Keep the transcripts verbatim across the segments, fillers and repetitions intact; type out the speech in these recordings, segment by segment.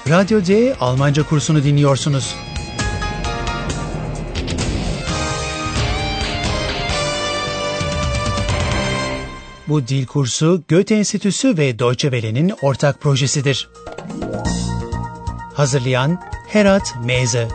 Radyo D Almanca kursunu dinliyorsunuz. Bu dil kursu Goethe Enstitüsü ve Deutsche Welle'nin ortak projesidir. Hazırlayan Herat Meze.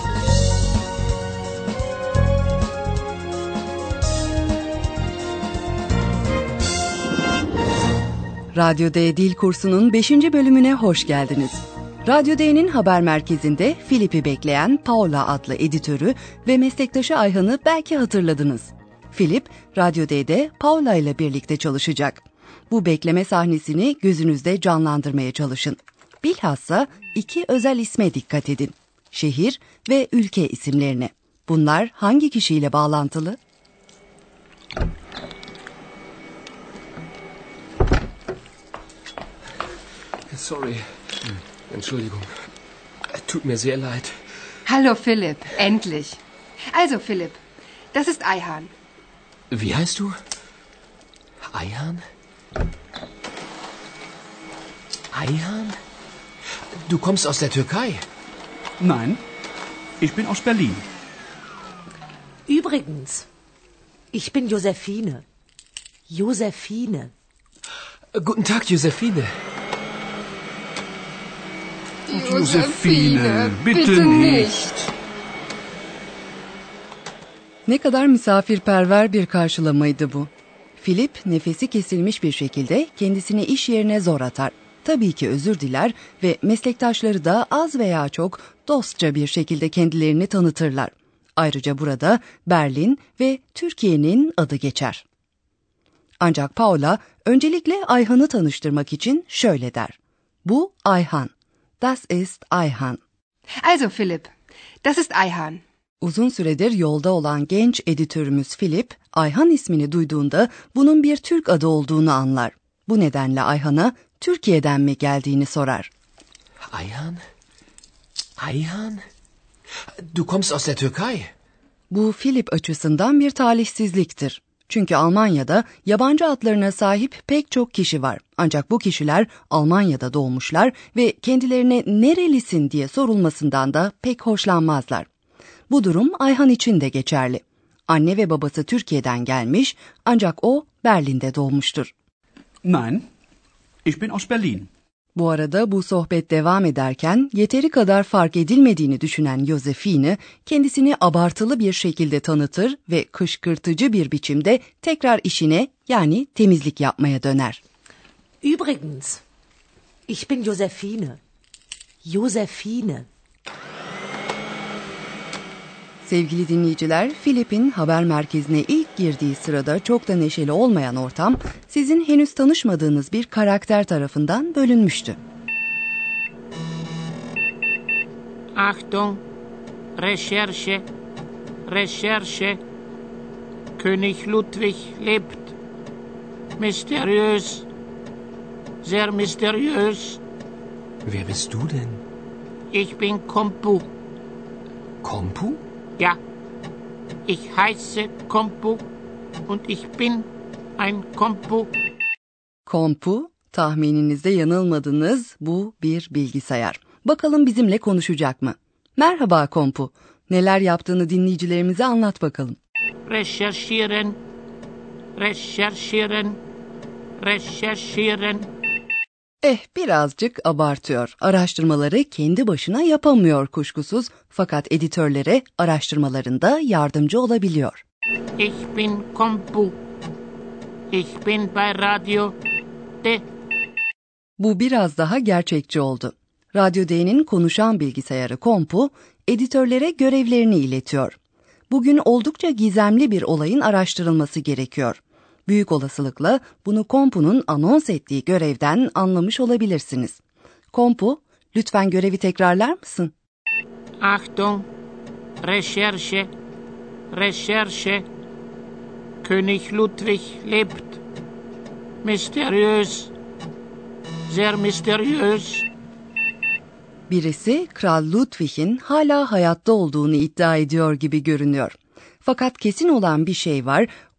Radyo D Dil Kursu'nun beşinci bölümüne hoş geldiniz. Radyo D'nin haber merkezinde Filip'i bekleyen Paula adlı editörü ve meslektaşı Ayhan'ı belki hatırladınız. Filip, Radyo D'de Paula ile birlikte çalışacak. Bu bekleme sahnesini gözünüzde canlandırmaya çalışın. Bilhassa iki özel isme dikkat edin. Şehir ve ülke isimlerine. Bunlar hangi kişiyle bağlantılı? Sorry. Entschuldigung. Tut mir sehr leid. Hallo Philipp, endlich. Also Philipp, das ist Ayhan. Wie heißt du? Ayhan? Ayhan? Du kommst aus der Türkei? Nein, ich bin aus Berlin. Übrigens, ich bin Josephine. Josephine. Guten Tag, Josephine. Josephine, bitte, bitte nicht. Ne kadar misafirperver bir karşılamaydı bu. Filip nefesi kesilmiş bir şekilde kendisini iş yerine zor atar. Tabii ki özür diler ve meslektaşları da az veya çok dostça bir şekilde kendilerini tanıtırlar. Ayrıca burada Berlin ve Türkiye'nin adı geçer. Ancak Paula öncelikle Ayhan'ı tanıştırmak için şöyle der. Bu Ayhan. Das ist Ayhan. Also Philipp, das ist Ayhan. Uzun süredir yolda olan genç editörümüz Filip, Ayhan ismini duyduğunda bunun bir Türk adı olduğunu anlar. Bu nedenle Ayhan'a Türkiye'den mi geldiğini sorar. Ayhan? Ayhan? Du kommst aus der Türkei? Bu Filip açısından bir talihsizliktir. Çünkü Almanya'da yabancı adlarına sahip pek çok kişi var. Ancak bu kişiler Almanya'da doğmuşlar ve kendilerine nerelisin diye sorulmasından da pek hoşlanmazlar. Bu durum Ayhan için de geçerli. Anne ve babası Türkiye'den gelmiş ancak o Berlin'de doğmuştur. Nein, ich bin aus Berlin. Bu arada bu sohbet devam ederken yeteri kadar fark edilmediğini düşünen Josephine kendisini abartılı bir şekilde tanıtır ve kışkırtıcı bir biçimde tekrar işine yani temizlik yapmaya döner. Übrigens, ich bin Josephine. Josephine. Sevgili dinleyiciler, Filip'in haber merkezine ilk girdiği sırada çok da neşeli olmayan ortam, sizin henüz tanışmadığınız bir karakter tarafından bölünmüştü. Achtung, Recherche, Recherche, König Ludwig lebt. Mysteriös, sehr mysteriös. Wer bist du denn? Ich bin Kompu. Kompu? Ja, ich heiße Kompu und ich bin ein Kompu. Kompu, tahmininizde yanılmadınız, bu bir bilgisayar. Bakalım bizimle konuşacak mı? Merhaba Kompu, neler yaptığını dinleyicilerimize anlat bakalım. Recherchieren, recherchieren, recherchieren. Eh, birazcık abartıyor. Araştırmaları kendi başına yapamıyor kuşkusuz. Fakat editörlere araştırmalarında yardımcı olabiliyor. Ich bin Kompu. Ich bin bei Radio D. Bu biraz daha gerçekçi oldu. Radyo D'nin konuşan bilgisayarı Kompu, editörlere görevlerini iletiyor. Bugün oldukça gizemli bir olayın araştırılması gerekiyor. Büyük olasılıkla bunu Kompu'nun anons ettiği görevden anlamış olabilirsiniz. Kompu, lütfen görevi tekrarlar mısın? Achtung, Recherche, Recherche, König Ludwig lebt. Mysteriös, sehr mysteriös. Birisi Kral Ludwig'in hala hayatta olduğunu iddia ediyor gibi görünüyor. Fakat kesin olan bir şey var,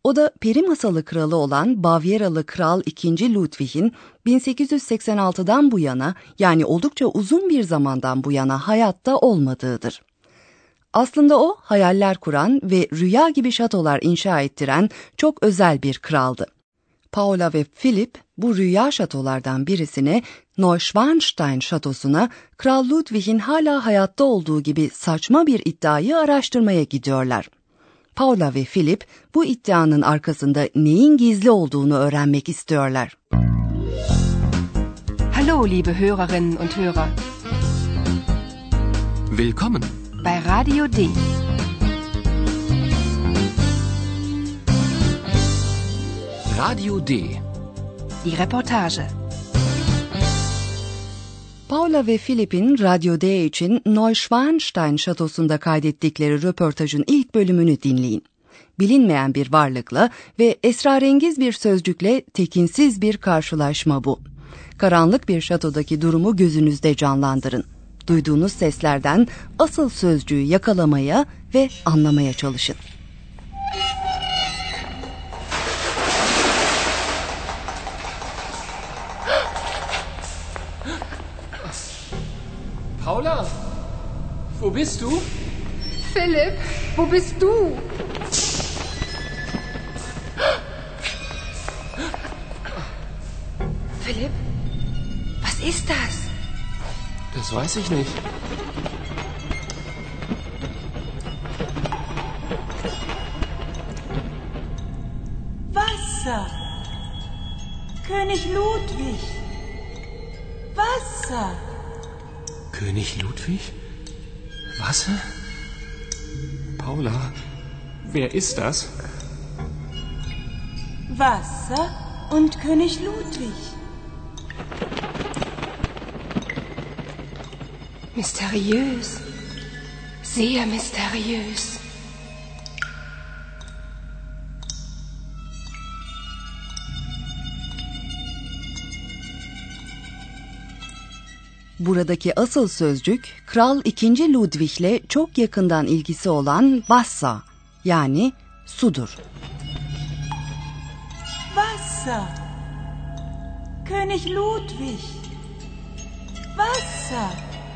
O da peri masalı kralı olan Bavyeralı Kral ikinci. Ludwig'in bin sekiz yüz seksen altıdan bu yana, yani oldukça uzun bir zamandan bu yana hayatta olmadığıdır. Aslında o hayaller kuran ve rüya gibi şatolar inşa ettiren çok özel bir kraldı. Paula ve Philip bu rüya şatolardan birisine, Neuschwanstein şatosuna, Kral Ludwig'in hala hayatta olduğu gibi saçma bir iddiayı araştırmaya gidiyorlar. Paula ve Philip bu iddianın arkasında neyin gizli olduğunu öğrenmek istiyorlar. Hallo, liebe Hörerinnen und Hörer. Willkommen bei Radio D. Radio D. Die Reportage. Paula ve Philip'in Radyo D için Neuschwanstein şatosunda kaydettikleri röportajın ilk bölümünü dinleyin. Bilinmeyen bir varlıkla ve esrarengiz bir sözcükle tekinsiz bir karşılaşma bu. Karanlık bir şatodaki durumu gözünüzde canlandırın. Duyduğunuz seslerden asıl sözcüğü yakalamaya ve anlamaya çalışın. Paula, wo bist du? Philipp, wo bist du? Philipp, was ist das? Das weiß ich nicht. Wasser. König Ludwig. Wasser. König Ludwig? Wasser? Paula, wer ist das? Wasser und König Ludwig. Mysteriös. Sehr mysteriös. Buradaki asıl sözcük, Kral ikinci. Ludwig'le çok yakından ilgisi olan Wasser, yani sudur. Wasser. König Ludwig. Wasser.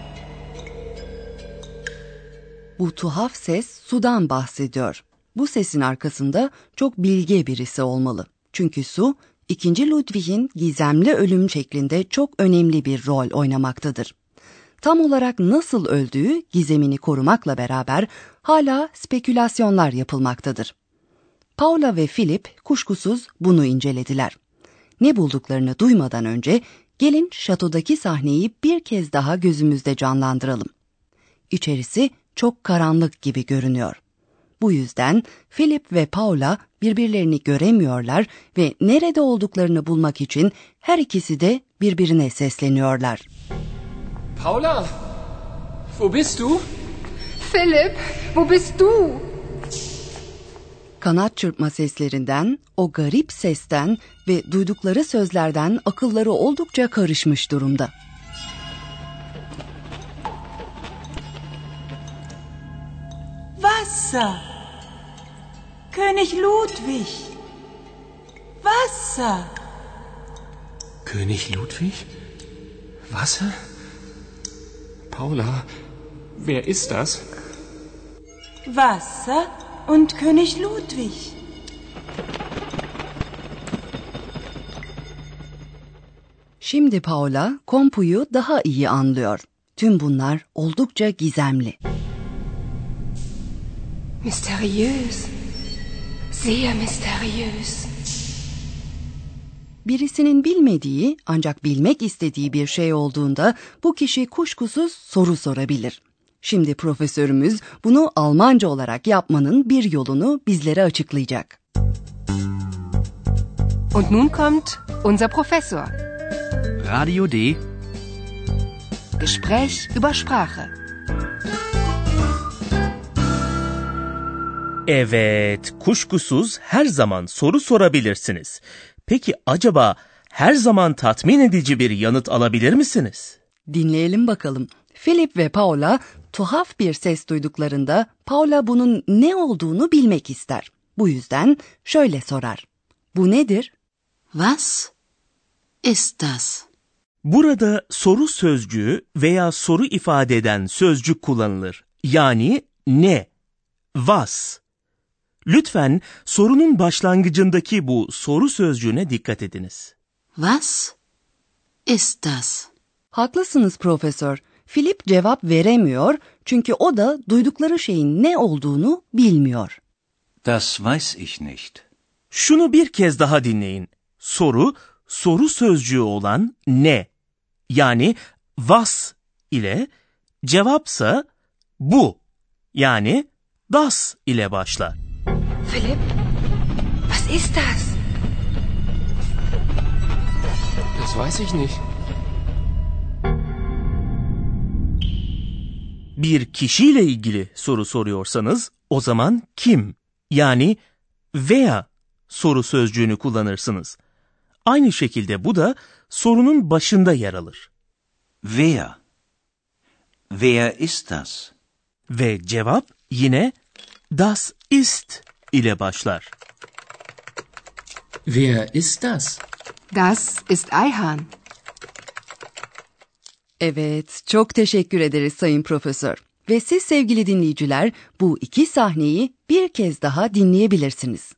Bu tuhaf ses sudan bahsediyor. Bu sesin arkasında çok bilge birisi olmalı. Çünkü su, ikinci. Ludwig'in gizemli ölüm şeklinde çok önemli bir rol oynamaktadır. Tam olarak nasıl öldüğü gizemini korumakla beraber hala spekülasyonlar yapılmaktadır. Paula ve Philip kuşkusuz bunu incelediler. Ne bulduklarını duymadan önce gelin şatodaki sahneyi bir kez daha gözümüzde canlandıralım. İçerisi çok karanlık gibi görünüyor. Bu yüzden Philip ve Paula birbirlerini göremiyorlar ve nerede olduklarını bulmak için her ikisi de birbirine sesleniyorlar. Paula, wo bist du? Philipp, wo bist du? Kanat çırpma seslerinden, o garip sesten ve duydukları sözlerden akılları oldukça karışmış durumda. Wasser. König Ludwig. Wasser. König Ludwig? Wasser? Paula, wer ist das? Wasser und König Ludwig. Şimdi Paula, kompuyu daha iyi anlıyor. Tüm bunlar oldukça gizemli. Mysteriös. Sehr mysteriös. Birisinin bilmediği ancak bilmek istediği bir şey olduğunda bu kişi kuşkusuz soru sorabilir. Şimdi profesörümüz bunu Almanca olarak yapmanın bir yolunu bizlere açıklayacak. Und nun kommt unser Professor. Radio D. Gespräch über Sprache. Evet, kuşkusuz her zaman soru sorabilirsiniz. Peki acaba her zaman tatmin edici bir yanıt alabilir misiniz? Dinleyelim bakalım. Philip ve Paula tuhaf bir ses duyduklarında Paula bunun ne olduğunu bilmek ister. Bu yüzden şöyle sorar. Bu nedir? Was ist das? Burada soru sözcüğü veya soru ifade eden sözcük kullanılır. Yani ne? Was. Lütfen sorunun başlangıcındaki bu soru sözcüğüne dikkat ediniz. Was ist das? Haklısınız profesör. Philip cevap veremiyor çünkü o da duydukları şeyin ne olduğunu bilmiyor. Das weiß ich nicht. Şunu bir kez daha dinleyin. Soru, soru sözcüğü olan ne? Yani was ile, cevapsa bu yani das ile başlar. Philipp, was ist das? Das weiß ich nicht. Bir kişiyle ilgili soru soruyorsanız o zaman kim yani veya soru sözcüğünü kullanırsınız. Aynı şekilde bu da sorunun başında yer alır. Wer? Wer ist das? Ve cevap yine das ist ile başlar. Wer ist das? Das ist Ayhan. Evet, çok teşekkür ederiz Sayın Profesör. Ve siz sevgili dinleyiciler bu iki sahneyi bir kez daha dinleyebilirsiniz.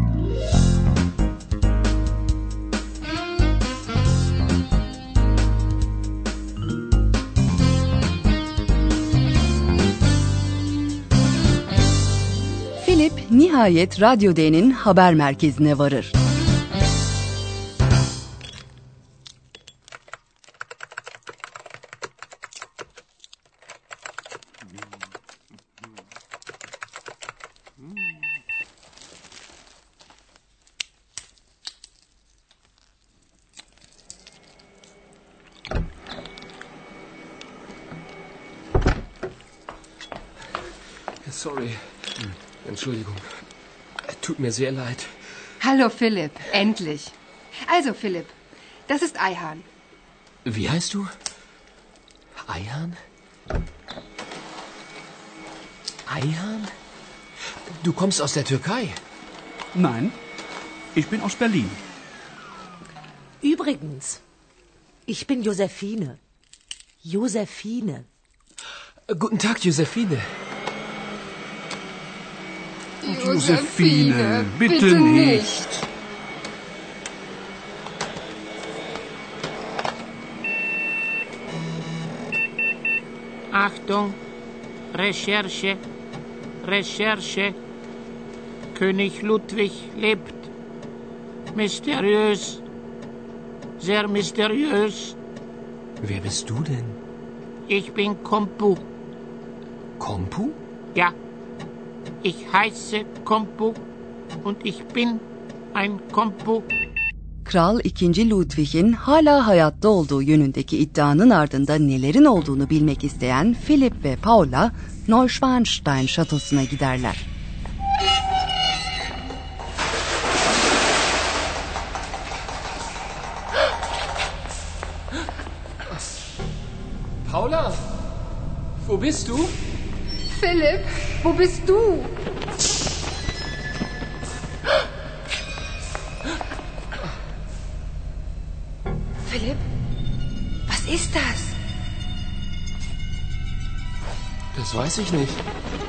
Philip nihayet Radyo D'nin haber merkezine varır. Sorry. Entschuldigung. Tut mir sehr leid. Hallo Philipp, endlich. Also Philipp, das ist Ayhan. Wie heißt du? Ayhan? Ayhan? Du kommst aus der Türkei? Nein, ich bin aus Berlin. Übrigens, ich bin Josephine. Josephine. Guten Tag, Josephine. Josephine, bitte, bitte nicht. Achtung, Recherche, Recherche. König Ludwig lebt. Mysteriös, sehr mysteriös. Wer bist du denn? Ich bin Kompu. Kompu? Ja. Ich heiße Kompu und ich bin ein Kompu. Kral ikinci. Ludwig'in hala hayatta olduğu yönündeki iddianın ardında nelerin olduğunu bilmek isteyen Philip ve Paula Neuschwanstein şatosuna giderler. Paula, wo bist du? Philipp, wo bist du? Philipp, was ist das? Das weiß ich nicht.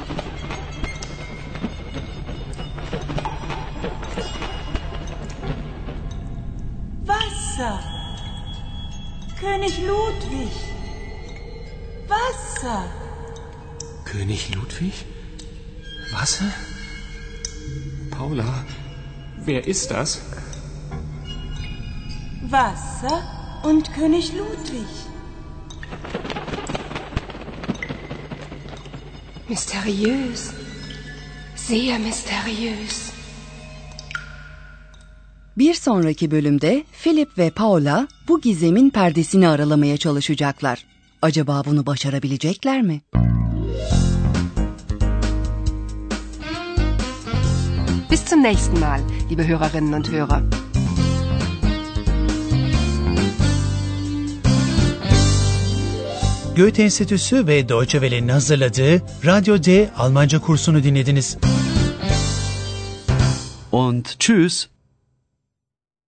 Wasser. König Ludwig. Wasser. König Ludwig? Wasser? Paula, wer ist das? Wasser und König Ludwig. Mysteriös. Sehr mysteriös. Bir sonraki bölümde Philip ve Paula bu gizemin perdesini aralamaya çalışacaklar. Acaba bunu başarabilecekler mi? Bis zum nächsten Mal, liebe Hörerinnen und Hörer. Goethe Enstitüsü ve Deutsche Welle'nin hazırladığı Radyo D Almanca kursunu dinlediniz. und tschüss.